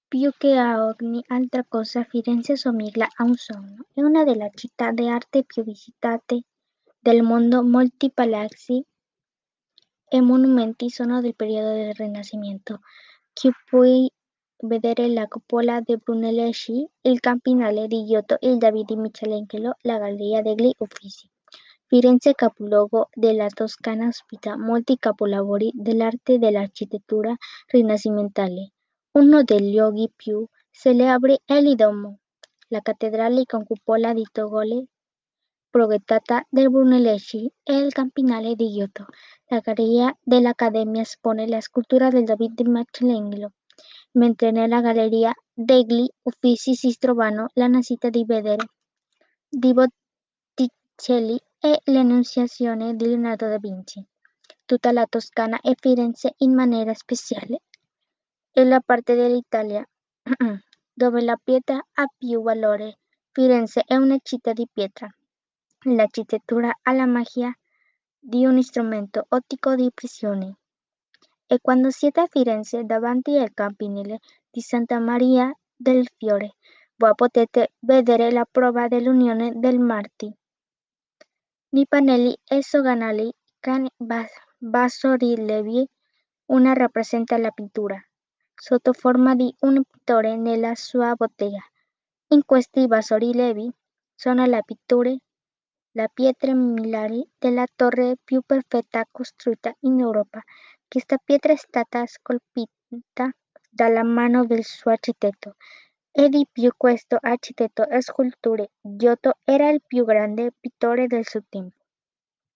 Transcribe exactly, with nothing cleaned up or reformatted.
Più che a ogni altra cosa Firenze somiglia a un sogno. È una delle città d'arte più visitate del mondo. Molti palazzi e monumenti sono del periodo del Rinascimento. Qui puoi vedere la Cupola di Brunelleschi, il Campanile di Giotto, il David di Michelangelo, la Galleria degli Uffizi. Firenze, capoluogo della Toscana, ospita molti capolavori dell'arte e dell'architettura rinascimentale. Uno dei luoghi più celebri è il Duomo, la cattedrale con cupola di togole progettata da Brunelleschi, e il Campanile di Giotto. La galleria dell'Accademia espone la scultura del David di Michelangelo, mentre nella Galleria degli Uffizi si trovano la nascita di Vedere di Botticelli e l'Annunciazione di Leonardo da Vinci. Tutta la Toscana e Firenze in maniera speciale è la parte dell'Italia dove la pietra ha più valore. Firenze è una città di pietra. L'architettura ha la magia di un strumento ottico di precisione. E quando siete a Firenze davanti al Campanile di Santa Maria del Fiore, voi potete vedere la prova dell'unione dei Marti. Nei pannelli esogonali con bassorilievi una rappresenta la pittura, sotto forma di un pittore nella sua bottega. In questi bassorilievi sono le pitture, le pietre miliari della torre più perfetta costruita in Europa. Questa pietra è stata scolpita dalla mano del suo architetto. E di più questo architetto scultore Giotto era il più grande pittore del suo tempo.